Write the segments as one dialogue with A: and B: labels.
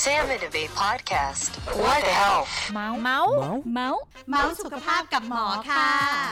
A: Sam and Abe podcast. What the hell?
B: เมาส์สุขภาพกับหมอค่ะ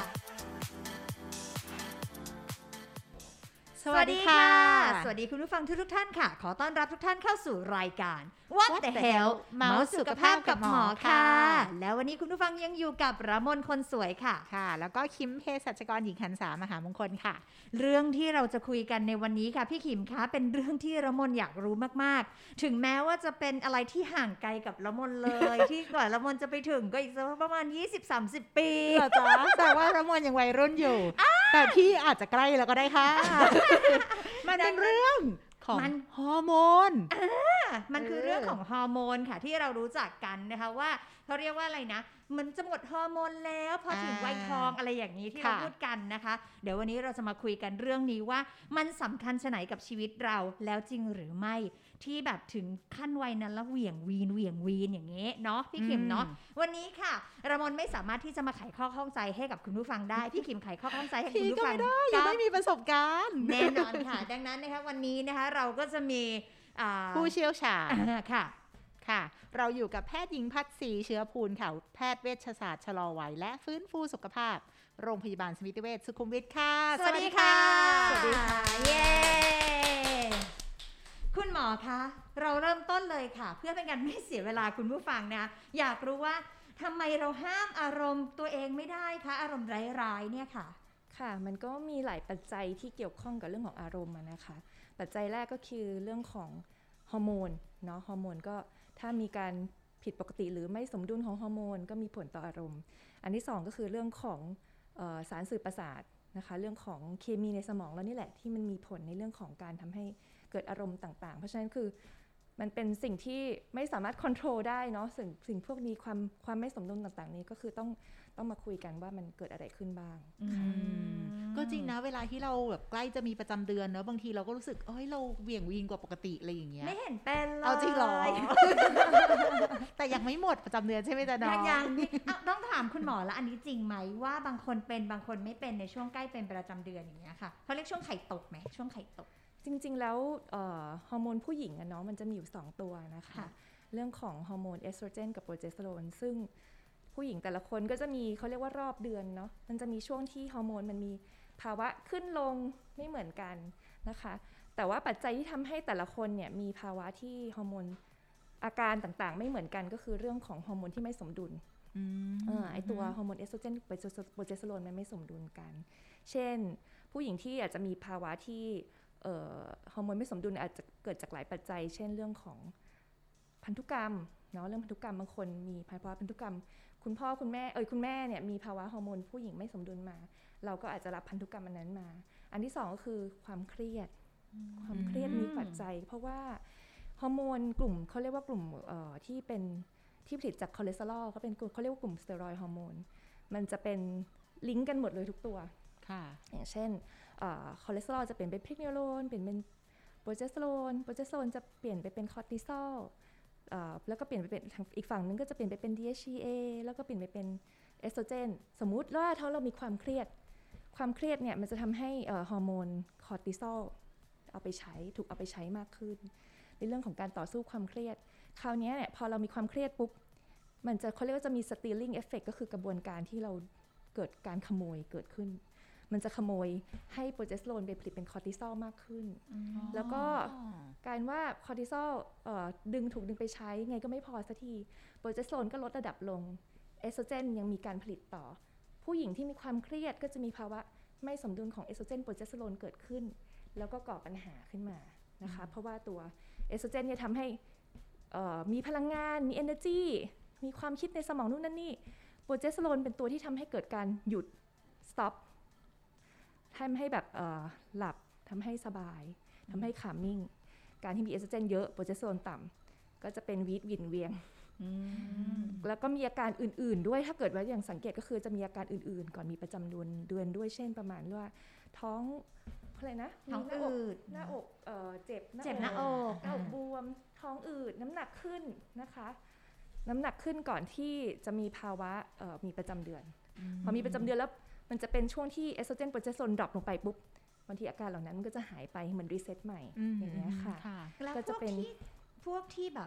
B: สวัสดีค่ะสวัสดีคุณผู้ฟังทุกท่านค่ะขอต้อนรับทุกท่านเข้าสู่รายการ What the hell เมาส์สุขภาพกับหมอค่ะแล้ววันนี้คุณผู้ฟังยังอยู่กับระมนคนสวยค่ะ
C: ค่ะแล้วก็คิมเภสัชกรหญิงหันษามหามงคลค่ะ
B: เรื่องที่เราจะคุยกันในวันนี้ค่ะพี่ขิมคะเป็นเรื่องที่ระมนอยากรู้มากๆถึงแม้ว่าจะเป็นอะไรที่ห่างไกลกับระมนเลย ที่กว่าระมนจะไปถึงก็อีกสักประมาณ 20-30 ปี
C: เหรอจ๊ะแต่ว่าระมนยังวัยรุ่นอยู่แต่พี่อาจจะใกล้แล้วก็ได้ค่ะ มันเป็นเรื่องของฮอร์โมน
B: มันคือเรื่องของฮอร์โมนค่ะที่เรารู้จักกันนะคะว่าเขาเรียกว่าอะไรนะมันจะหมดฮอร์โมนแล้วพอถึงวัยทองอะไรอย่างนี้ที่เราพูดกันนะคะเดี๋ยววันนี้เราจะมาคุยกันเรื่องนี้ว่ามันสำคัญชะไหนกับชีวิตเราแล้วจริงหรือไม่ที่แบบถึงขั้นวัยนั้นแล้วเหวี่ยงวีนอย่างเงี้เนาะพี่ขิมเนาะวันนี้ค่ะระมนไม่สามารถที่จะมาไขข้อข้องใจให้กับคุณผู้ฟังได้พี่ขิมไขข้อข้องใจให้คุณผู้ฟัง
C: ได้ยังไม่มีประสบการณ์
B: แน่นอนค่ะดังนั้นนะคะวันนี้นะคะเราก็จะมี
C: ผู้เชี่ยวชาญ
B: ค่ะ
C: เราอยู่กับแพทย์หญิงพัฒศรีเชื้อภูลค่ะแพทย์เวชศาสตร์ชะลอวัยและฟื้นฟูสุขภาพโรงพยาบาลสมิติเวชสุขุมวิทค่ะ
B: สวัสดีค่ะสวัสดีค่ะเย้คุณหมอคะเราเริ่มต้นเลยค่ะเพื่อเป็นการไม่เสียเวลาคุณผู้ฟังนะอยากรู้ว่าทำไมเราห้ามอารมณ์ตัวเองไม่ได้คะอารมณ์ร้ายๆเนี่ยค่ะ
D: ค่ะมันก็มีหลายปัจจัยที่เกี่ยวข้องกับเรื่องของอารมณ์นะคะปัจจัยแรกก็คือเรื่องของฮอร์โมนเนาะฮอร์โมนก็ถ้ามีการผิดปกติหรือไม่สมดุลของฮอร์โมนก็มีผลต่ออารมณ์อันที่2ก็คือเรื่องของสารสื่อประสาทนะคะเรื่องของเคมีในสมองแล้วนี่แหละที่มันมีผลในเรื่องของการทำให้เกิดอารมณ์ต่างๆเพราะฉะนั้นคือมันเป็นสิ่งที่ไม่สามารถควบคุมได้เนาะสิ่งพวกนี้ความไม่สมดุลต่างๆนี้ก็คือต้องมาคุยกันว่ามันเกิดอะไรขึ้นบ้าง
C: ก็จริงนะเวลาที่เราแบบใกล้จะมีประจำเดือนเนอะบางทีเราก็รู้สึกเราเหวี่ยงวีนกว่าปกติอะไรอย่างเงี้ย
B: ไม่เห็นเป็นเลย
C: เอาจริงหรอ แต่ยังไม่หมดประจำเดือนใช่ไหมจ๊ะน้อง
B: ยังต้องถามคุณหมอแล้วอันนี้จริงไหมว่าบางคนเป็นบางคนไม่เป็นในช่วงใกล้เป็นประจำเดือนอย่างเงี้ยค่ะเขาเรียกช่วงไข่ตกไหมช่วงไข่ตก
D: จริงๆแล้วฮอร์โมนผู้หญิงเนาะมันจะมีอยู่2ตัวนะคะเรื่องของฮอร์โมนเอสโตรเจนกับโปรเจสเตอโรนซึ่งผู้หญิงแต่ละคนก็จะมีเขาเรียกว่ารอบเดือนเนาะมันจะมีช่วงที่ฮอร์โมนมันมีภาวะขึ้นลงไม่เหมือนกันนะคะแต่ว่าปัจจัยที่ทำให้แต่ละคนเนี่ยมีภาวะที่ฮอร์โมนอาการต่างๆไม่เหมือนกันก็คือเรื่องของฮอร์โมนที่ไม่สมดุลไอตัวฮอร์โมนเอสโตรเจนกับโปรเจสเตอโรนมันไม่สมดุลกันเช่นผู้หญิงที่อาจจะมีภาวะที่ฮอร์โมนไม่สมดุลอาจจะเกิดจากหลายปัจจัยเช่นเรื่องของพันธุกรรมเนาะเรื่องพันธุกรรมบางคนมีภาวะพันธุกรรมคุณพ่อคุณแม่เนี่ยมีภาวะฮอร์โมนผู้หญิงไม่สมดุลมาเราก็อาจจะรับพันธุกรรมอันนั้นมาอันที่2ก็คือความเครียดมีปัจจัยเพราะว่าฮอร์โมนกลุ่มเขาเรียกว่ากลุ่มที่เป็นที่ผลิตจากคอเลสเตอรอลเขาเรียกว่ากลุ่มสเตียรอยด์ฮอร์โมนมันจะเป็นลิงก์กันหมดเลยทุกตัวอย่างเช่นคอเลสเตอรอลจะเปลี่ยนเป็นพริกเนโรนเปลี่ยนเป็นโปรเจสเตอโรนจะเปลี่ยนไปเป็นคอร์ติซอลแล้วก็เปลี่ยนไปเป็นอีกฝั่งนึงก็จะเปลี่ยนไปเป็น DHEA แล้วก็เปลี่ยนไปเป็นเอสโตรเจนสมมุติว่าถ้าเรามีความเครียดเนี่ยมันจะทำให้ฮอร์โมนคอร์ติซอลถูกเอาไปใช้มากขึ้นในเรื่องของการต่อสู้ความเครียดคราวนี้เนี่ยพอเรามีความเครียดปุ๊บมันจะเขาเรียกว่าจะมี stealing effect ก็คือกระบวนการที่เราเกิดการขโมยเกิดขึ้นมันจะขโมยให้โปรเจสเตอโรนไปผลิตเป็นคอร์ติซอลมากขึ้นแล้วก็การว่าคอร์ติซอลถูกดึงไปใช้ไงก็ไม่พอสักทีโปรเจสเตอโรนก็ลดระดับลงเอสโตรเจนยังมีการผลิตต่อผู้หญิงที่มีความเครียดก็จะมีภาวะไม่สมดุลของเอสโตรเจนโปรเจสเตอโรนเกิดขึ้นแล้วก็ก่อปัญหาขึ้นมานะคะเพราะว่าตัวเอสโตรเจนเนี่ยทำให้มีพลังงานมี energy มีความคิดในสมองนู่นนั่นนี่โปรเจสเตอโรนเป็นตัวที่ทำให้เกิดการหยุด stopทำให้แบบหลับทำให้สบายทำให้ขามนิ่งการที่มีเอสโตรเจนเยอะโปรเจสเตอโรนต่ำก็จะเป็นวินเวียงแล้วก็มีอาการอื่นๆด้วยถ้าเกิดว่าอย่างสังเกตก็คือจะมีอาการอื่นๆก่อนมีประจำเดือนด้วยเช่นประมาณว่าท้องอะไรนะ
B: ท้องอืด
D: หน้าอกเจ็บ
B: หน้าอก
D: บวมท้องอืดน้ำหนักขึ้นนะคะน้ำหนักขึ้นก่อนที่จะมีภาวะมีประจำเดือนพอมีประจำเดือนแล้วมันจะเป็นช่วงที่เอสโตรเจนโปรเจสเตอโรนดรอปลงไปปุ๊บบางทีอาการเหล่านั้นมันก็จะหายไปเหมือนรีเซ็ตใหม่อย่างเงี้ยค่ะ
B: ก็จะเป็นพวกที่แบบ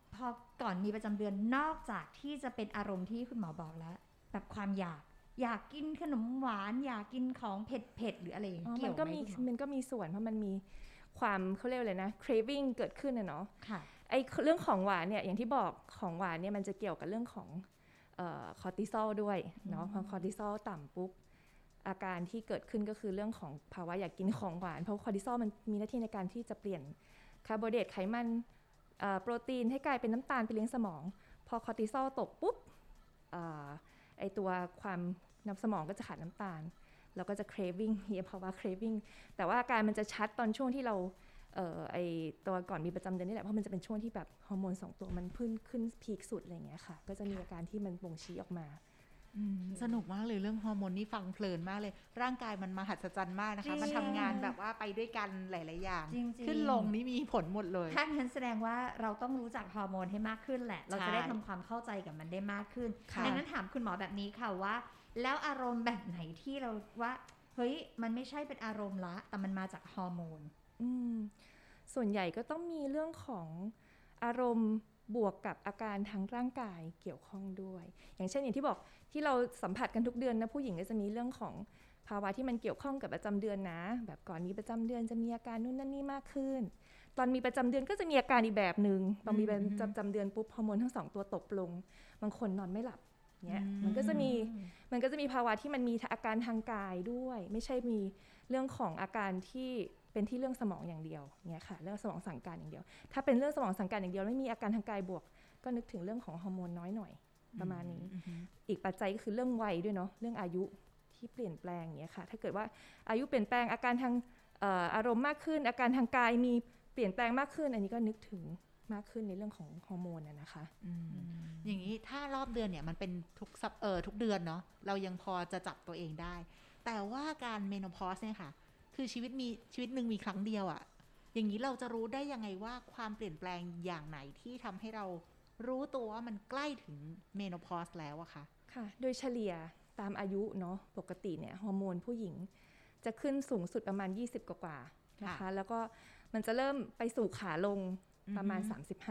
B: พอก่อนมีประจำเดือนนอกจากที่จะเป็นอารมณ์ที่คุณหมอบอกแล้วแบบความอยากกินขนมหวานอยากกินของเผ็ดหรืออะไรอย่างเงี้ยเกี่ยวไหม
D: มันก็มีส่วนเพราะมันมีความเขาเรียกเลยนะ craving เกิดขึ้นนะเนาะ
B: ค่ะ
D: ไอเรื่องของหวานเนี่ยอย่างที่บอกของหวานเนี่ยมันจะเกี่ยวกับเรื่องของคอร์ติซอลด้วยเนาะพอคอร์ติซอลต่ำปุ๊บอาการที่เกิดขึ้นก็คือเรื่องของภาวะอยากกินของหวานเพราะคอร์ติซอลมันมีหน้าที่ในการที่จะเปลี่ยนคาร์โบไฮเดรตไขมันโปรตีนให้กลายเป็นน้ำตาลไปเลี้ยงสมองพอคอร์ติซอลตกปุ๊บไอตัวความน้ำสมองก็จะขาดน้ำตาลแล้วก็จะ craving มีภาวะ craving แต่ว่าอาการมันจะชัดตอนช่วงที่เราไอตัวก่อนมีประจำเดือนนี่แหละเพราะมันจะเป็นช่วงที่แบบฮอร์โมน2ตัวมันขึ้นพีคสุดอะไรอย่างเงี้ยค่ะก็จะมีอาการที่มันบ่งชี้ออกมา
C: สนุกมากเลยเรื่องฮอร์โมนนี่ฟังเพลินมากเลยร่างกายมันมหัศจรรย์มากนะคะมันทำงานแบบว่าไปด้วยกันหลายๆอย่างขึ้นลงนี่มีผลหมดเลย
B: ถ้างั้นแสดงว่าเราต้องรู้จักฮอร์โมนให้มากขึ้นแหละเราจะได้ทำความเข้าใจกับมันได้มากขึ้นดังนั้นถามคุณหมอแบบนี้ค่ะว่าแล้วอารมณ์แบบไหนที่เราว่าเฮ้ยมันไม่ใช่เป็นอารมณ์ละแต่มันมาจากฮอร์โมน
D: ส่วนใหญ่ก็ต้องมีเรื่องของอารมณ์บวกกับอาการทางร่างกายเกี่ยวข้องด้วยอย่างเช่นอย่างที่บอกที่เราสัมผัสกันทุกเดือนนะผู้หญิงก็จะมีเรื่องของภาวะที่มันเกี่ยวข้องกับประจำเดือนนะแบบก่อนมีประจำเดือนจะมีอาการนู่นนั่นนี่มากขึ้นตอนมีประจำเดือนก็จะมีอาการอีกแบบนึงพอมีประจำเดือนปุ๊บฮอร์โมนทั้ง2ตัวตกลงบางคนนอนไม่หลับเนี่ยมันก็จะมีภาวะที่มันมีอาการทางกายด้วยไม่ใช่มีเรื่องของอาการที่เป็นที่เรื่องสมองอย่างเดียวเนี่ยค่ะเรื่องสมองสั่งการอย่างเดียวถ้าเป็นเรื่องสมองสั่งการอย่างเดียวไม่มีอาการทางกายบวกก็นึกถึงเรื่องของฮอร์โมนน้อยหน่อยประมาณนี้อีกปัจจัยก็คือเรื่องวัยด้วยเนาะเรื่องอายุที่เปลี่ยนแปลงอย่างเงี้ยค่ะถ้าเกิดว่าอายุเปลี่ยนแปลงอาการทางอารมณ์มากขึ้นอาการทางกายมีเปลี่ยนแปลงมากขึ้นอันนี้ก็นึกถึงมากขึ้นในเรื่องของฮอร์โมนนะคะ
C: อย่างนี้ถ้ารอบเดือนเนี่ยมันเป็นทุกเดือนเนาะเรายังพอจะจับตัวเองได้แต่ว่าการเมโนพอสเนี่ยค่ะคือชีวิตหนึ่งมีครั้งเดียวอะอย่างนี้เราจะรู้ได้ยังไงว่าความเปลี่ยนแปลงอย่างไหนที่ทำให้เรารู้ตัวว่ามันใกล้ถึงเมโนพอสแล้วอะคะ
D: ค่ะโดยเฉลี่ยตามอายุเนาะปกติเนี่ยฮอร์โมนผู้หญิงจะขึ้นสูงสุดประมาณ20กว่านะคะแล้วก็มันจะเริ่มไปสู่ขาลงประมาณ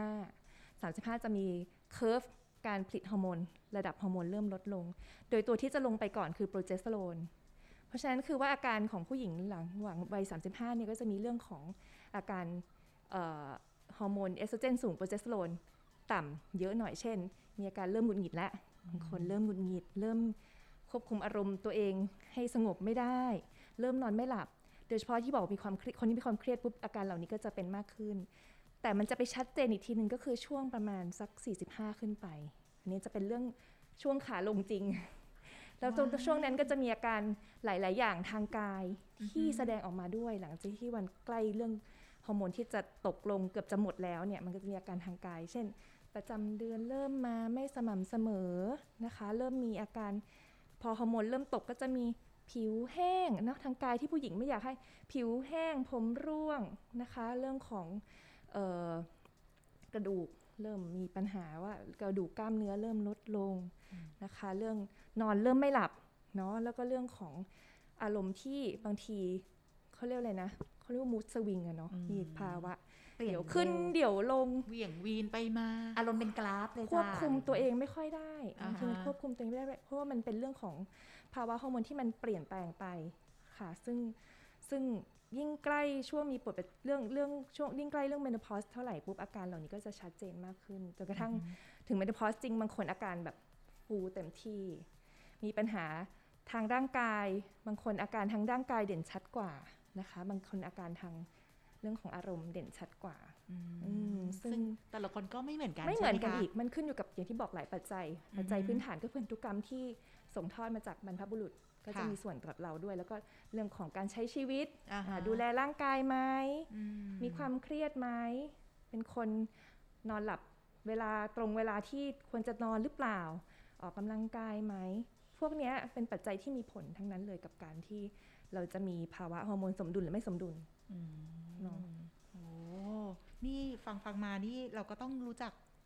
D: 35จะมีเคอร์ฟการผลิตฮอร์โมนระดับฮอร์โมนเริ่มลดลงโดยตัวที่จะลงไปก่อนคือโปรเจสเตอโรนเพราะฉะนั้นคือว่าอาการของผู้หญิงหลังวัย35เนี่ยก็จะมีเรื่องของอาการฮอร์โมนเอสโตรเจนสูงโปรเจสเตอโรนต่ำเยอะหน่อยเช่นมีอาการเริ่มหงุดหงิดแล้วบางคนเริ่มหงุดหงิดเริ่มควบคุมอารมณ์ตัวเองให้สงบไม่ได้เริ่มนอนไม่หลับโดยเฉพาะที่บอกมีความคนที่มีความเครียดปุ๊บอาการเหล่านี้ก็จะเป็นมากขึ้นแต่มันจะไปชัดเจนอีกทีนึงก็คือช่วงประมาณสัก45ขึ้นไปอันนี้จะเป็นเรื่องช่วงขาลงจริงแล้วช่วงนั้นก็จะมีอาการหลายๆอย่างทางกายที่แสดงออกมาด้วยหลังจากที่วันใกล้เรื่องฮอร์โมนที่จะตกลงเกือบจะหมดแล้วเนี่ยมันก็จะมีอาการทางกายเช่นประจำเดือนเริ่มมาไม่สม่ำเสมอนะคะเริ่มมีอาการพอฮอร์โมนเริ่มตกก็จะมีผิวแห้งนะทางกายที่ผู้หญิงไม่อยากให้ผิวแห้งผมร่วงนะคะเรื่องของกระดูกเริ่มมีปัญหาว่ากระดูกกล้ามเนื้อเริ่มลดลงนะคะเรื่องนอนเริ่มไม่หลับเนาะแล้วก็เรื่องของอารมณ์ที่บางทีเขาเรียกอะไรนะเขาเรียกว่ามูดสวิงอะเนาะมีภาวะเดี๋ยวขึ้นเดี๋ยวลง
C: เหวี่ยงวีนไปมา
B: อารมณ์เป็นกราฟเลย
D: ควบคุมตัวเองไม่ค่อยได้คือมันควบคุมตัวเองไม่ได้เพราะว่ามันเป็นเรื่องของภาวะฮอร์โมนที่มันเปลี่ยนแปลงไปค่ะซึ่งยิ่งใกล้ช่วงมีปวดเป็นเรื่องช่วงยิ่งใกล้เรื่องเมโนพอสเท่าไหร่ปุ๊บอาการเหล่านี้ก็จะชัดเจนมากขึ้นจนกระทั่งถึงเมโนพอสจริงบางคนอาการแบบฟูเต็มที่มีปัญหาทางร่างกายบางคนอาการทางร่างกายเด่นชัดกว่านะคะบางคนอาการทางเรื่องของอารมณ์เด่นชัดกว่า
C: ซึ่งแต่ละคนก็ไม่เหมือนกัน
D: อีกมันขึ้นอยู่กับอย่างที่บอกหลายปัจจัยพื้นฐานก็พันธุกรรมที่ส่งทอดมาจากบรรพบุรุษก็จะมีส่วนกับเราด้วยแล้วก็เรื่องของการใช้ชีวิตดูแลร่างกายไหมมีความเครียดไหมเป็นคนนอนหลับเวลาตรงเวลาที่ควรจะนอนหรือเปล่าออกกำลังกายไหมพวกนี้เป็นปัจจัยที่มีผลทั้งนั้นเลยกับการที่เราจะมีภาวะฮอร์โมนสมดุลหรือไม่สมดุล
C: เนาะโอ้นี่ฟังมานี่เราก็ต้องรู้จัก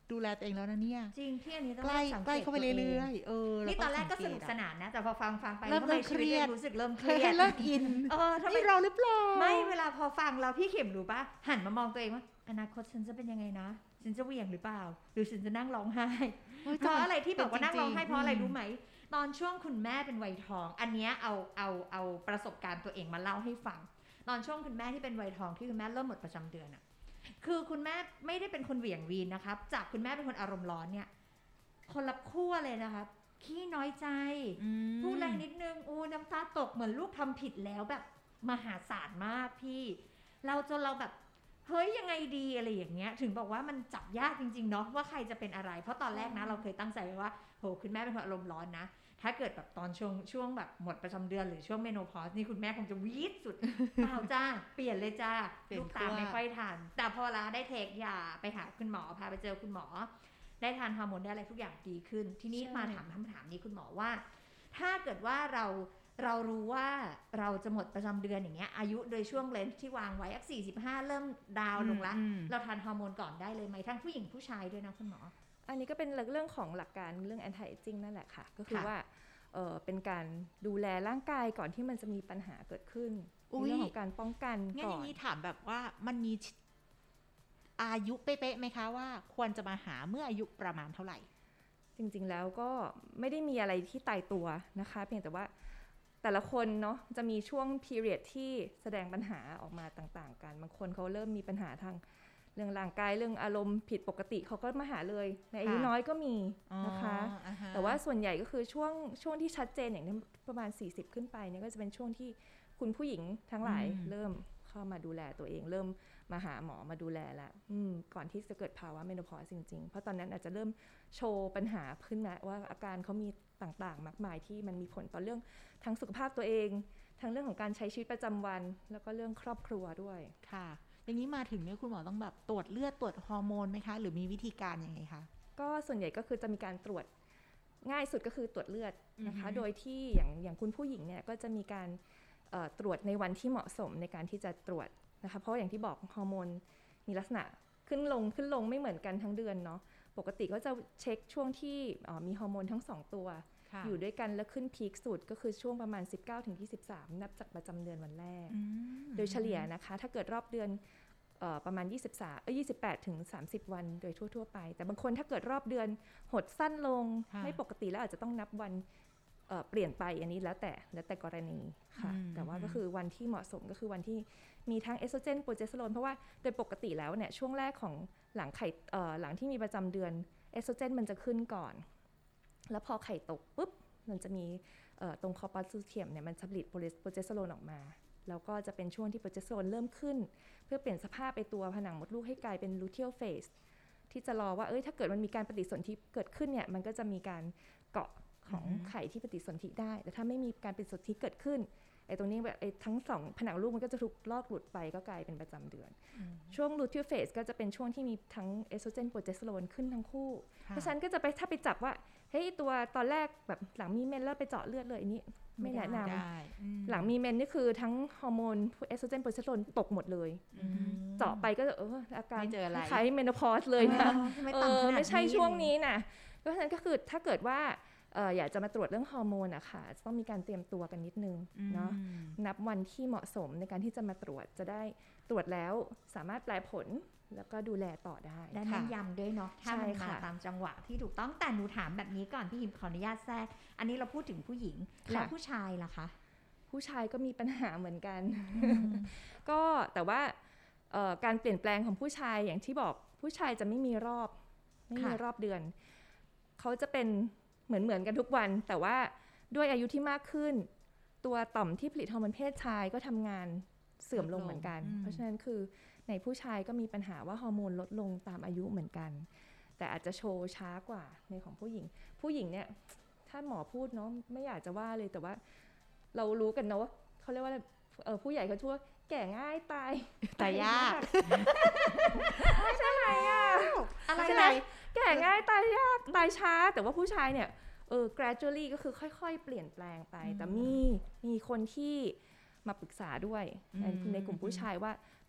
C: ดูแลตัวเองแล้วนะเนี่ย
B: จริงที่อันนี้ต้อง
C: ใกล้เข้าไปเรื่อยๆ
B: นี่ตอนแรกก็สนุกสนานนะแต่พอฟังไป
C: เริ่มเครียด
B: รู้สึกเริ่มเครียด
C: เลิกอิน
B: ทำไม
C: เราหรือเปล่า
B: ไม่เวลาพอฟังเราพี่เข็มรู้ป่ะหันมามองตัวเองว่าอนาคตฉันจะเป็นยังไงนะฉันจะเหวี่ยงหรือเปล่าหรือฉันจะนั่งร้องไห้เพราะอะไรที่บอกว่านั่งร้องไห้เพราะอะไรรู้ไหมตอนช่วงคุณแม่เป็นวัยทองอันเนี้ยเอาประสบการณ์ตัวเองมาเล่าให้ฟังตอนช่วงคุณแม่ที่เป็นวัยทองที่คุณแม่เริ่มหมดประจำเดือนอะคือคุณแม่ไม่ได้เป็นคนเหวี่ยงวีนนะครับจากคุณแม่เป็นคนอารมณ์ร้อนเนี่ยคนละขั้วเลยนะครับขี้น้อยใจพูดอะไรนิดนึงน้ำตาตกเหมือนลูกทำผิดแล้วแบบมหาศาลมากพี่เราจนเราแบบเฮ้ยยังไงดีอะไรอย่างเงี้ยถึงบอกว่ามันจับยากจริงๆเนาะว่าใครจะเป็นอะไรเพราะตอนแรกนะเราเคยตั้งใจไว้ว่าโหคุณแม่เป็นคนอารมณ์ร้อนนะถ้าเกิดแบบตอนช่วงแบบหมดประจำเดือนหรือช่วงเมโนพอสนี่คุณแม่คงจะวีดสุดเปล่าจ้าเปลี่ยนเลยจ้าลูกตามไม่ค่อยทันแต่พอเราได้เทคยาไปหาคุณหมอพาไปเจอคุณหมอได้ทานฮอร์โมนได้อะไรทุกอย่างดีขึ้นทีนี้มาถามคำถามนี้คุณหมอว่าถ้าเกิดว่าเรารู้ว่าเราจะหมดประจำเดือนอย่างเงี้ยอายุโดยช่วงเลนส์ที่วางไว้45เริ่มดาวลงละเราทานฮอร์โมนก่อนได้เลยไหมทั้งผู้หญิงผู้ชายด้วยนะคุณหมอ
D: อันนี้ก็เป็นเรื่องของหลักการเรื่อง anti aging นั่นแหละค่ะก็คือว่าเป็นการดูแลร่างกายก่อนที่มันจะมีปัญหาเกิดขึ้นเรื่องของการป้องกันก่อน
C: งั้นอย่างนี้ถามแบบว่ามันมีอายุเป๊ะๆไหมคะว่าควรจะมาหาเมื่ออายุประมาณเท่าไหร่
D: จริงๆแล้วก็ไม่ได้มีอะไรที่ตายตัวนะคะเพียงแต่ว่าแต่ละคนเนาะจะมีช่วง period ที่แสดงปัญหาออกมาต่างๆกันบางคนเขาเริ่มมีปัญหาทางเรื่องร่างกายเรื่องอารมณ์ผิดปกติเขาก็มาหาเลยในอายุน้อยก็มีนะคะแต่ว่าส่วนใหญ่ก็คือช่วงที่ชัดเจนอย่างนี้ประมาณ40ขึ้นไปเนี่ยก็จะเป็นช่วงที่คุณผู้หญิงทั้งหลายเริ่มเข้ามาดูแลตัวเองเริ่มมาหาหมอมาดูแลแล้วก่อนที่จะเกิดภาวะเมโนพอสจริงๆเพราะตอนนั้นอาจจะเริ่มโชว์ปัญหาขึ้นมาว่าอาการเขามีต่างๆมากมายที่มันมีผลต่อเรื่องทั้งสุขภาพตัวเองทั้งเรื่องของการใช้ชีวิตประจำวันแล้วก็เรื่องครอบครัวด้วย
C: ค่ะอย่างนี้มาถึงเนี่ยคุณหมอต้องแบบตรวจเลือดตรวจฮอร์โมนไหมคะหรือมีวิธีการยังไงคะ
D: ก็ส่วนใหญ่ก็คือจะมีการตรวจง่ายสุดก็คือตรวจเลือดนะคะโดยที่อย่างคุณผู้หญิงเนี่ยก็จะมีการตรวจในวันที่เหมาะสมในการที่จะตรวจนะคะเพราะอย่างที่บอกฮอร์โมนมีลักษณะขึ้นลงไม่เหมือนกันทั้งเดือนเนาะปกติก็จะเช็คช่วงที่มีฮอร์โมนทั้ง2ตัวอยู่ด้วยกันแล้วขึ้นพีคสุดก็คือช่วงประมาณ 19-23 นับจากประจำเดือนวันแรกโดยเฉลี่ยนะคะถ้าเกิดรอบเดือนประมาณ28 ถึง 30 วันโดยทั่วๆไปแต่บางคนถ้าเกิดรอบเดือนหดสั้นลงไม่ปกติแล้วอาจจะต้องนับวันเปลี่ยนไปอันนี้แล้วแต่กรณีค่ะแต่ว่าก็คือวันที่เหมาะสมก็คือวันที่มีทั้งเอสโตรเจนโปรเจสเตอโรนเพราะว่าโดยปกติแล้วเนี่ยช่วงแรกของหลังที่มีประจำเดือนเอสโตรเจนมันจะขึ้นก่อนแล้วพอไข่ตกปุ๊บมันจะมีตรงคอปัสลูเทียมเนี่ยมันผลิตโปรเจสเตอโรนออกมาแล้วก็จะเป็นช่วงที่โปรเจสเตอโรนเริ่มขึ้นเพื่อเปลี่ยนสภาพไปตัวผนังมดลูกให้กลายเป็นลูเทียลเฟสที่จะรอว่าถ้าเกิดมันมีการปฏิสนธิเกิดขึ้นเนี่ยมันก็จะมีการเกาะของไข่ที่ปฏิสนธิได้แต่ถ้าไม่มีการปฏิสนธิเกิดขึ้นตรงนี้แบบทั้งสองผนังลูกมันก็จะถูกลอกหลุดไปก็กลายเป็นประจำเดือนช่วงลูเทียลเฟสก็จะเป็นช่วงที่มีทั้งเอสโตรเจนโปรเจสเตอโรนขึ้นทั้งคู่เพราะฉะนั้นก็จะไปถ้าไปจับว่าตัวตอนแรกแบบหลังมีเมนแล้วไปเจาะเลือดเลยอันนี้ไม่แนะนำหลังมีเมนนี่คือทั้งฮอร์โมนเอสโตรเจนโปรเจสเตอโรนตกหมดเลยเจาะไปก็อาการคล้ายเมโนพอสเลยนะไม่ใช่ช่วงนี้นะเพราะฉะนั้นก็คือถ้าเกิดว่าอยากจะมาตรวจเรื่องฮอร์โมนอะค่ะต้องมีการเตรียมตัวกันนิดนึงเนาะนับวันที่เหมาะสมในการที่จะมาตรวจจะได้ตรวจแล้วสามารถแปลผลแล้วก็ดูแลต่อได้
B: แม่นยำด้วยเนาะถ้ามันมาตามจังหวะที่ถูกต้องแต่หนูถามแบบนี้ก่อนพี่หิมขออนุญาตแทรกอันนี้เราพูดถึงผู้หญิงแล้วผู้ชายล่ะคะ
D: ผู้ชายก็มีปัญหาเหมือนกันก็แต่ว่าการเปลี่ยนแปลงของผู้ชายอย่างที่บอกผู้ชายจะไม่มีรอบเดือนเขาจะเป็นเหมือนกันทุกวันแต่ว่าด้วยอายุที่มากขึ้นตัวต่อมที่ผลิตฮอร์โมนเพศชายก็ทำงานเสื่อมลงเหมือนกันเพราะฉะนั้นคือในผู้ชายก็มีปัญหาว่าฮอร์โมนลดลงตามอายุเหมือนกันแต่อาจจะโชว์ช้ากว่าในของผู้หญิงเนี่ยถ้าหมอพูดเนาะไม่อยากจะว่าเลยแต่ว่าเรารู้กันนะว่าเขาเรียกว่าผู้ใหญ่เขาทั่วแก่ง่ายตาย
C: ยาก
D: ไม่ใช่ไหมอะไรแก่ง่ายตายยากตายช้าแต่ว่าผู้ชายเนี่ยgradually ก็คือค่อยๆเปลี่ยนแปลงไปแต่มีคนที่มาปรึกษาด้วยในกลุ่มผู้ชายว่า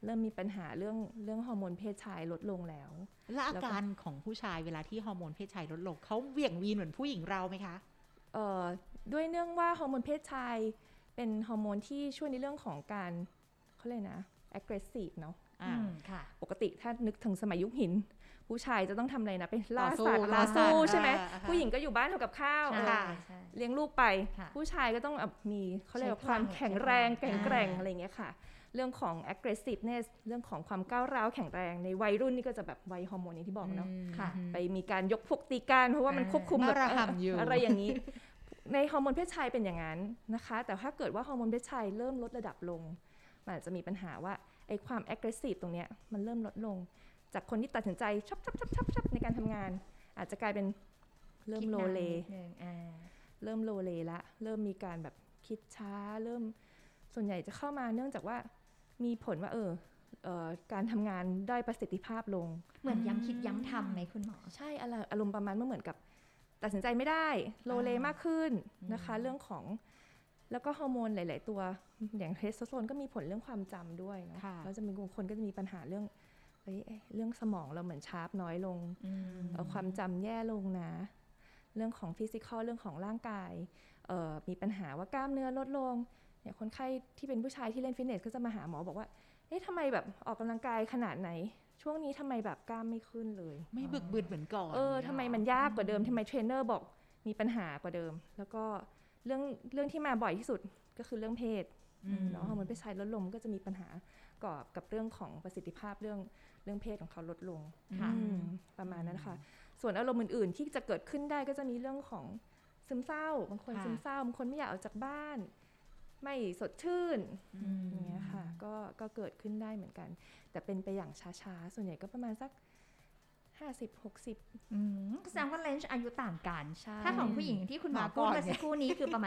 D: เริ่มมีปัญหาเรื่องฮอร์โมนเพศชายลดลงแล้ว
C: และอาการของผู้ชายเวลาที่ฮอร์โมนเพศชายลดลงเขาเหวี่ยงวีนเหมือนผู้หญิงเราไหมคะ
D: ด้วยเนื่องว่าฮอร์โมนเพศชายเป็นฮอร์โมนที่ช่วยในเรื่องของการเขาเรียกนะ aggressive เนาะปกติถ้านึกถึงสมัยยุคหินผู้ชายจะต้องทำอะไรนะไปล่าสัตว์ล่าสู้ใช่ไหมผู้หญิงก็อยู่บ้านทำกับข้าวเลี้ยงลูกไปผู้ชายก็ต้องมีเขาเรียกว่าความแข็งแรงแข็งแกร่งอะไรอย่างเงี้ยค่ะเรื่องของ aggressiveness เรื่องของความก้าวร้าวแข็งแรงในวัยรุ่นนี่ก็จะแบบวัยฮอร์โมนนี้ที่บอกเนาะไปมีการยกพวกตีกันเพราะว่ามันควบคุมแบบอะไรอย่างนี้ในฮอร์โมนเพศชายเป็นอย่างนั้นนะคะแต่ถ้าเกิดว่าฮอร์โมนเพศชายเริ่มลดระดับลงมันอาจจะมีปัญหาว่าไอ้ความ aggressive ตรงเนี้ยมันเริ่มลดลงจากคนที่ตัดสินใจชับในการทำงานอาจจะกลายเป็นเริ่มโลเลเริ่มโลเลละเริ่มมีการแบบคิดช้าเริ่มส่วนใหญ่จะเข้ามาเนื่องจากว่ามีผลว่าการทำงานได้ประสิทธิภาพลง
B: เหมือนย้ำคิดย้ำทำไหมคุณหมอ
D: ใช่อารมณ์ประมาณเหมือนกับตัดสินใจไม่ได้โลเลมากขึ้นนะคะเรื่องของแล้วก็ฮอร์โมนหลายๆตัวอย่างเทสโทสเตอโรนก็มีผลเรื่องความจำด้วยนะแล้วจะมีบางคนก็จะมีปัญหาเรื่องสมองเราเหมือนชาร์ปน้อยลงความจำแย่ลงนะเรื่องของฟิสิกอลเรื่องของร่างกายมีปัญหาว่ากล้ามเนื้อลดลงเนี่ยคนไข้ที่เป็นผู้ชายที่เล่นฟิตเนสก็จะมาหาหมอบอกว่าทำไมแบบออกกำลังกายขนาดไหนช่วงนี้ทำไมแบบกล้ามไม่ขึ้นเลย
C: ไม่บึกบึนเหมือนก่อน
D: ทำไมมันยากกว่าเดิมทำไมเทรนเนอร์บอกมีปัญหากว่าเดิมแล้วก็เรื่องที่มาบ่อยที่สุดก็คือเรื่องเพศเนาะฮอร์โมนเพศชายลดลงก็จะมีปัญหากับเรื่องของประสิทธิภาพเรื่องเพศของเขาลดลงประมาณนั้นค่ะส่วนอารมณ์อื่นๆที่จะเกิดขึ้นได้ก็จะมีเรื่องของซึมเศร้าบางคนซึมเศร้าบางคนไม่อยากออกจากบ้านไม่สดชื่นอย่างเงี้ยค่ะก็เกิดขึ้นได้เหมือนกันแต่เป็นไปอย่างช้าๆส่วนใหญ่ก็ประมาณสัก50-60
B: แสดงว่าเลนจ์อายุต่างกันถ้าของผู้หญิงที่คุณหมอพูดเมื่อสักครู่นี้คือประมาณ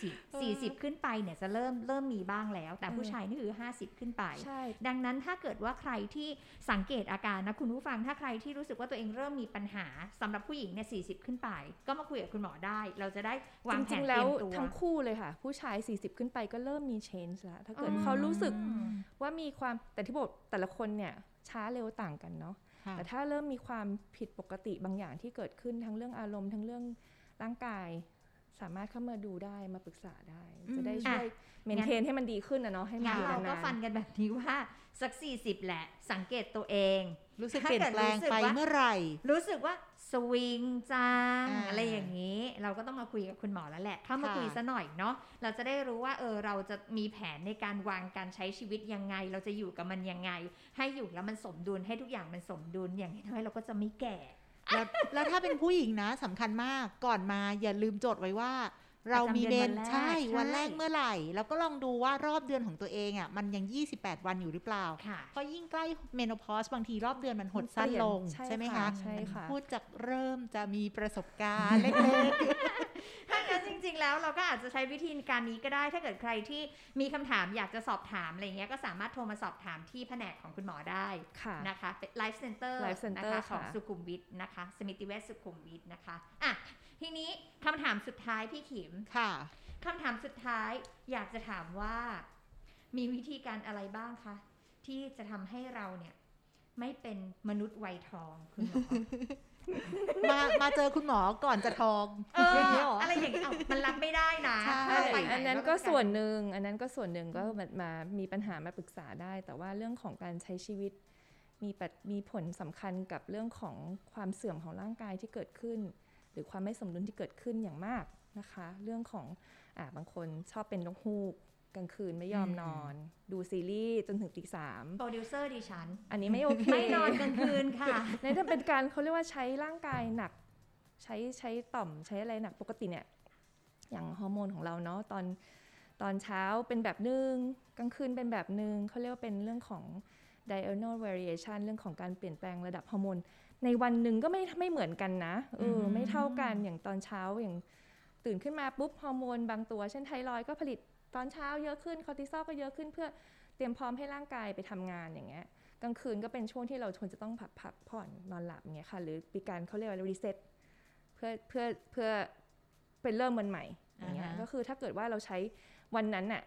B: 40ขึ้นไปเนี่ยจะเริ่มมีบ้างแล้วแต่ผู้ชายนี่คือ50ขึ้นไปดังนั้นถ้าเกิดว่าใครที่สังเกตอาการนะคุณผู้ฟังถ้าใครที่รู้สึกว่าตัวเองเริ่มมีปัญหาสำหรับผู้หญิงเนี่ย40ขึ้นไปก็มาคุยกับคุณหมอได้เราจะได้วางแผนเตรียมตัว
D: ทั้งคู่เลยค่ะผู้ชาย40ขึ้นไปก็เริ่มมี change แล้วถ้าเกิดเขารู้สึกว่ามีความแต่ที่บอกแต่ละคนเนี่ยช้าเร็วต่างกันเนาะแต่ถ้าเริ่มมีความผิดปกติบางอย่างที่เกิดขึ้นทั้งเรื่องอารมณ์ทั้งเรื่องร่างกายสามารถเข้ามาดูได้มาปรึกษาได้จะได้ช่วยเมนเทนให้มันดีขึ้นนะเนาะให้มัน
B: เราก็ฟันกันแบบนี้ว่าสัก40แหละสังเกตตัวเอง
C: รู้สึกเปลี่ยนแปลงไปเมื่อไหร่
B: รู้สึกว่าสวิงจัง อะไรอย่างนี้เราก็ต้องมาคุยกับคุณหมอแล้วแหละเข้ามาคุยซะหน่อยเนาะเราจะได้รู้ว่าเราจะมีแผนในการวางการใช้ชีวิตยังไงเราจะอยู่กับมันยังไงให้อยู่แล้วมันสมดุลให้ทุกอย่างมันสมดุลอย่างน้อยเราก็จะไม่แก่
C: แล้วถ้าเป็นผู้หญิงนะสำคัญมากก่อนมาอย่าลืมจดไว้ว่าเรามีเมนใช่วันแรกเมื่อไหร่แล้วก็ลองดูว่ารอบเดือนของตัวเองอ่ะมันยัง28วันอยู่หรือเปล่าเพราะยิ่งใกล้เมโนพอสบางทีรอบเดือนมันหดสั้นลงใช่ไหมคะ
D: ใช่ค่ะ
C: พูดจากเริ่มจะมีประสบการณ์เล็ก
B: ๆถ้างั้นจริงๆแล้วเราก็อาจจะใช้วิธีการนี้ก็ได้ถ้าเกิดใครที่มีคำถามอยากจะสอบถามอะไรเงี้ยก็สามารถโทรมาสอบถามที่แผนกของคุณหมอได้นะคะเป็น Life Center นะคะของสุขุมวิทนะคะสมิติเวชสุขุมวิทนะคะอ่ะทีนี้คำถามสุดท้ายพี่ขิม
C: ค่ะ
B: คำถามสุดท้ายอยากจะถามว่ามีวิธีการอะไรบ้างคะที่จะทำให้เราเนี่ยไม่เป็นมนุษย์วัยทองคุณหม
C: อ มาเจอคุณหมอก่อนจะทอง
B: อะไรอย่างนี้มันรับไม่ได้นะ
D: อันนั้นก็ส่วนหนึ่งก็มามีปัญหามาปรึกษาได้แต่ว่าเรื่องของการใช้ชีวิตมีผลสำคัญกับเรื่องของความเสื่อมของร่างกายที่เกิดขึ้นหรือความไม่สมดุลที่เกิดขึ้นอย่างมากนะคะเรื่องของบางคนชอบเป็นนกฮูกกลางคืนไม่ยอมนอนดูซีรีส์จนถึงตี 3
B: โปรดิวเซอร์ดิฉัน
D: อันนี้ไม่โอเค
B: ไม่นอนกลางคืนค่ะ
D: นั่นเป็นการเขาเรียกว่าใช้ร่างกายหนักใช้ต่อมใช้อะไรหนักปกติเนี่ยอย่างฮอร์โมนของเราเนาะตอนเช้าเป็นแบบนึงกลางคืนเป็นแบบนึงเขาเรียกว่าเป็นเรื่องของ diurnal variation เรื่องของการเปลี่ยนแปลงระดับฮอร์โมนในวันหนึ่งก็ไม่เหมือนกันนะไม่เท่ากันอย่างตอนเช้าอย่างตื่นขึ้นมาปุ๊บฮอร์โมนบางตัวเช่นไทรอยด์ก็ผลิตตอนเช้าเยอะขึ้นคอร์ติซอลก็เยอะขึ้นเพื่อเตรียมพร้อมให้ร่างกายไปทำงานอย่างเงี้ยกลางคืนก็เป็นช่วงที่เราควรจะต้องพักผ่อนนอนหลับอย่างเงี้ยค่ะหรือมีการเขาเรียกว่ารีเซ็ตเพื่อเป็นเริ่มวันใหม่อย่างเงี้ยก็คือถ้าเกิดว่าเราใช้วันนั้นน่ะ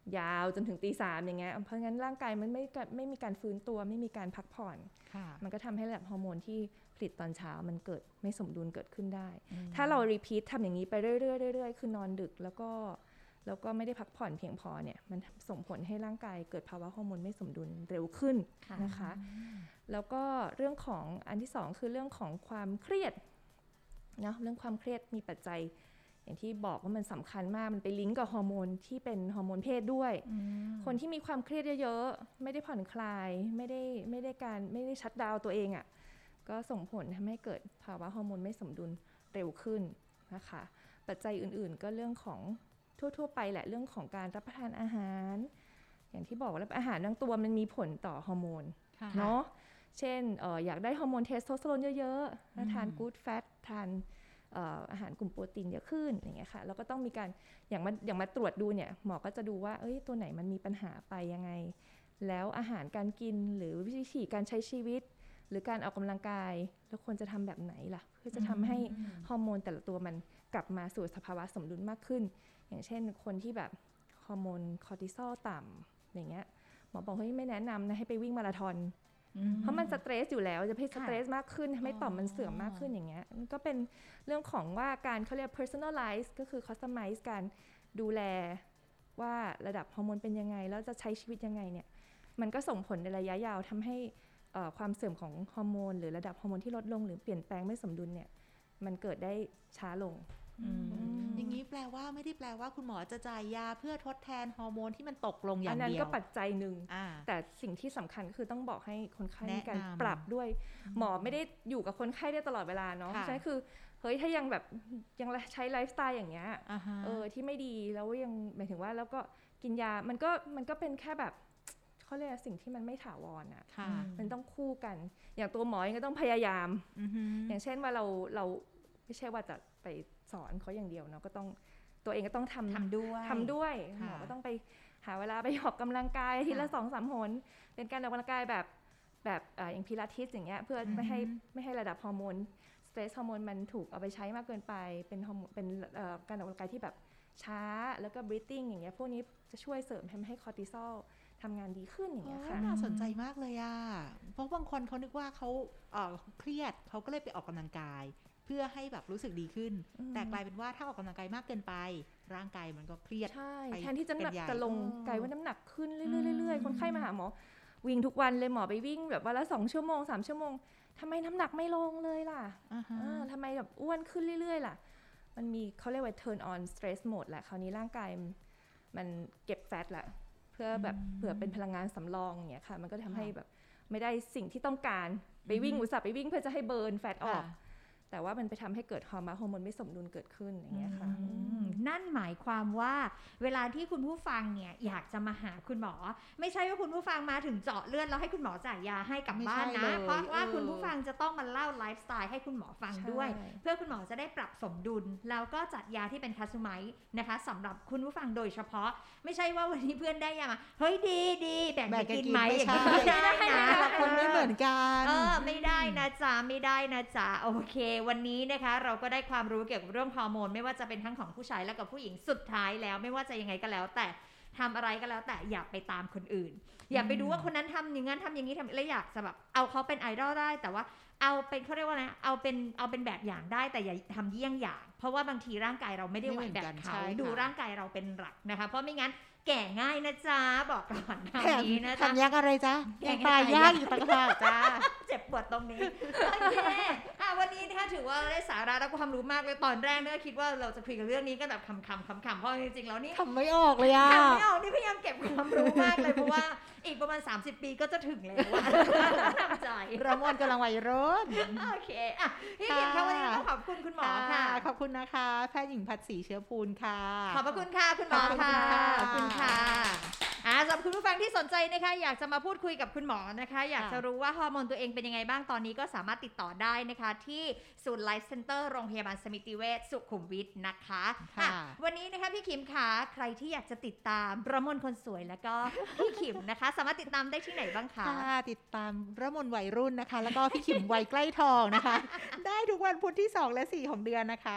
D: ยาวจนถึงตี 3อย่างเงี้ยเพราะงั้นร่างกายมันไม่มีการฟื้นตัวไม่มีการพักผ่อนมันก็ทำให้ระดับฮอร์โมนที่ผลิตตอนเช้ามันเกิดไม่สมดุลเกิดขึ้นได้ถ้าเรารีพีททำอย่างนี้ไปเรื่อยๆคือนอนดึกแล้วก็ไม่ได้พักผ่อนเพียงพอเนี่ยมันส่งผลให้ร่างกายเกิดภาวะฮอร์โมนไม่สมดุลเร็วขึ้นนะคะแล้วก็เรื่องของอันที่2คือเรื่องของความเครียดนะเรื่องความเครียดมีปัจจัยอย่างที่บอกว่ามันสำคัญมากมันไปลิงก์กับฮอร์โมนที่เป็นฮอร์โมนเพศด้วยคนที่มีความเครียดเยอะๆไม่ได้ผ่อนคลายไม่ได้ชัตดาวน์ตัวเองอ่ะก็ส่งผลทำให้เกิดภาวะฮอร์โมนไม่สมดุลเร็วขึ้นนะคะปัจจัยอื่นๆก็เรื่องของทั่วๆไปแหละเรื่องของการรับประทานอาหารอย่างที่บอกว่าอาหารบางตัวมันมีผลต่อฮอร์โมนเนาะเช่นอยากได้ฮอร์โมนเทสโทสเตอโรนเยอะๆทานกู๊ดแฟตทานอาหารกลุ่มโปรตีนเยอะขึ้นอย่างเงี้ยค่ะแล้วก็ต้องมีการอย่างมาตรวจดูเนี่ยหมอก็จะดูว่าตัวไหนมันมีปัญหาไปยังไงแล้วอาหารการกินหรือวิธีการใช้ชีวิตหรือการออกกำลังกายแล้วควรจะทำแบบไหนล่ะเพื่อจะทำให้ฮอร์โมนแต่ละตัวมันกลับมาสู่สภาวะสมดุลมากขึ้นอย่างเช่นคนที่แบบฮอร์โมนคอร์ติซอลต่ำอย่างเงี้ยหมอบอกไม่แนะนำนะให้ไปวิ่งมาราธอนเพราะมันสเตรสอยู่แล้วจะให้สเตรสมากขึ้นทำให้ต่อมมันเสื่อมมากขึ้นอย่างเงี้ยก็เป็นเรื่องของว่าการเขาเรียก personalize ก็คือ customize การดูแลว่าระดับฮอร์โมนเป็นยังไงแล้วจะใช้ชีวิตยังไงเนี่ยมันก็ส่งผลในระยะยาวทำให้ความเสื่อมของฮอร์โมนหรือระดับฮอร์โมนที่ลดลงหรือเปลี่ยนแปลงไม่สมดุลเนี่ยมันเกิดได้ช้าลง
C: อย่างนี้แปลว่าไม่ได้แปลว่าคุณหมอจะจ่ายยาเพื่อทดแทนฮอร์โมนที่มันตกลงอย่างเดียวอันนั้น
D: ก็ปัจจัยหนึ่งแต่สิ่งที่สำคัญคือต้องบอกให้คนไข้มีการปรับด้วยหมอไม่ได้อยู่กับคนไข้ได้ตลอดเวลาเนาะใช่คือเฮ้ยถ้ายังแบบยังใช้ไลฟ์สไตล์อย่างเงี้ยที่ไม่ดีแล้วยังหมายถึงว่าแล้วก็กินยามันก็เป็นแค่แบบเขาเรียกสิ่งที่มันไม่ถาวรอ่ะมันต้องคู่กันอย่างตัวหมอเองก็ต้องพยายามอย่างเช่นว่าเราไม่ใช่ว่าจะไปสอนเขาอย่างเดียวเนาะก็ต้องตัวเองก็ต้องทำด้วยหมอก็ต้องไปหาเวลาไปออกกำลังกายทีละ 2-3 หนเป็นการออกกำลังกายแบบอย่างพิลาทิสอย่างเงี้ยเพื่อไม่ให้ระดับฮอร์โมนสเตรสฮอร์โมนมันถูกเอาไปใช้มากเกินไปเป็นการออกกำลังกายที่แบบช้าแล้วก็ breathing อย่างเงี้ยพวกนี้จะช่วยเสริมทำให้คอร์ติซอลทำงานดีขึ้นอย่างเงี้ยค่ะ
C: น่าสนใจมากเลยอ่ะเพราะบางคนเขานึกว่าเขาเครียดเขาก็เลยไปออกกำลังกายเพื่อให้แบบรู้สึกดีขึ้นแต่กลายเป็นว่าถ้าออกกำลังกายมากเกินไปร่างกายมันก็เครียด
D: แทนที่จะน้ำหนักจะลงกลายว่าน้ำหนักขึ้นเรื่อยๆคนไข้มาหาหมอวิ่งทุกวันเลยหมอไปวิ่งแบบวันละ2 ชั่วโมง 3 ชั่วโมงทำไมน้ำหนักไม่ลงเลยล่ะทำไมแบบอ้วนขึ้นเรื่อยๆล่ะมันมีเขาเรียกว่า turn on stress mode แหละคราวนี้ร่างกายมันเก็บแฟตแหละเพื่อแบบเผื่อเป็นพลังงานสำรองอย่างเงี้ยค่ะมันก็ทำให้แบบไม่ได้สิ่งที่ต้องการไปวิ่งอุตส่าห์ไปวิ่งเพื่อจะให้เบิร์นแฟตออกแต่ว่ามันไปทำให้เกิดฮอร์โมนไม่สมดุลเกิดขึ้นอย่างเงี้ยค่ะ
B: นั่นหมายความว่าเวลาที่คุณผู้ฟังเนี่ยอยากจะมาหาคุณหมอไม่ใช่ว่าคุณผู้ฟังมาถึงเจาะเลือดแล้วให้คุณหมอจ่ายยาให้กลับบ้านนะเพราะว่าคุณผู้ฟังจะต้องมาเล่าไลฟ์สไตล์ให้คุณหมอฟังด้วยเพื่อคุณหมอจะได้ปรับสมดุลแล้วก็จัดยาที่เป็นคัสตอมไมซ์นะคะสำหรับคุณผู้ฟังโดยเฉพาะไม่ใช่ว่าวันนี้เพื่อนได้ยามาเฮ้ยดีแบ่งไปกินไหมอย่างนี้ไม่ได้นะ
C: คนไม่เหมือนกัน
B: ไม่ได้นะจ๊ะโอเควันนี้นะคะเราก็ได้ความรู้เกี่ยวกับเรื่องฮอร์โมนไม่ว่าจะเป็นทั้งของผู้ชายและกับผู้หญิงสุดท้ายแล้วไม่ว่าจะยังไงก็แล้วแต่ทำอะไรก็แล้วแต่อย่าไปตามคนอื่นอย่าไปดูว่าคนนั้นทำอย่างนั้นทำอย่างนี้ทำแล้วอยากจะแบบเอาเขาเป็นไอดอลได้แต่ว่าเอาเป็นเขาเรียกว่านะเอาเป็นแบบอย่างได้แต่อย่าทำเยี่ยงอย่างเพราะว่าบางทีร่างกายเราไม่ได้ไหวแบบเขาดูร่างกายเราเป็นหลักนะคะเพราะไม่งั้นแก่ง่ายนะจ๊ะบอกก่อนทำนี้นะจ๊ะ
C: ทำยากอะไรจ๊ะยังตายยากอยู่ต่างหากจ้า
B: เจ็บปวดตรงนี้โอเควันนี้นะคะถือว่าได้สาระและความรู้มากเลยตอนแรกเนี่ยคิดว่าเราจะคุยกันเรื่องนี้ก็แบบขำๆเพราะจริงๆแล้วนี่
C: ทำไม่ออกเลยอ่ะ
B: ทำไม่ออกนี่พยายามเก็บความรู้มากเลยเพราะว่าอีกประมาณ30 ปีก็จะถึงแล้วทำใจ
C: ระมวลกำลังวัยรุ่น
B: โอเคพี่เขียนค่ะวันนี้ต้องขอบคุณคุณหมอค่ะ
C: ขอบคุณนะคะแพทย์หญิงภัทรศรีเชื้อภูลค่ะ
B: ขอบพระคุณค่ะคุณหมอค่ะขอบคุณค่ะสำหรับคุณผู้ฟังที่สนใจนะคะอยากจะมาพูดคุยกับคุณหมอนะคะอยากจะรู้ว่าฮอร์โมนตัวเองเป็นยังไงบ้างตอนนี้ก็สามารถติดต่อได้นะคะที่ศูนย์ไลฟ์เซ็นเตอร์โรงพยาบาลสมิติเวชสุขุมวิทนะคะวันนี้นะคะพี่ขิมค่ะใครที่อยากจะติดตามระมนคนสวยแล้วก็พี่ขิมนะคะสามารถติดตามได้ที่ไหนบ้างคะ
C: ติดตามระมนวัยรุ่นนะคะแล้วก็พี่ขิมวัยใกล้ทองนะคะได้ทุกวันพุธที่2และ4ของเดือนนะคะ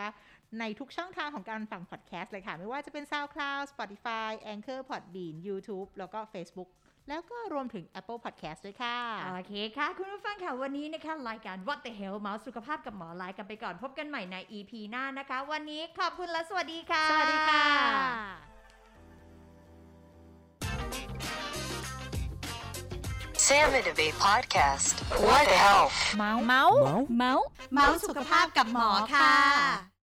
C: ในทุกช่องทางของการฟังพอดแคสต์เลยค่ะไม่ว่าจะเป็น SoundCloud Spotify Anchor Podbean YouTube แล้วก็ Facebook แล้วก็รวมถึง Apple Podcast ด้วยค่ะ
B: โอเคค่ะคุณผู้ฟังค่ะวันนี้นะคะรายการ What the Health เมาส์สุขภาพกับหมอลายกันไปก่อนพบกันใหม่ใน EP หน้านะคะวันนี้ขอบคุณและสวัสดีค่ะ
C: สวัสดีค่ะ
A: Sam Innovate Podcast What the Health
E: เมาส์สุขภาพกับหมอค่ะ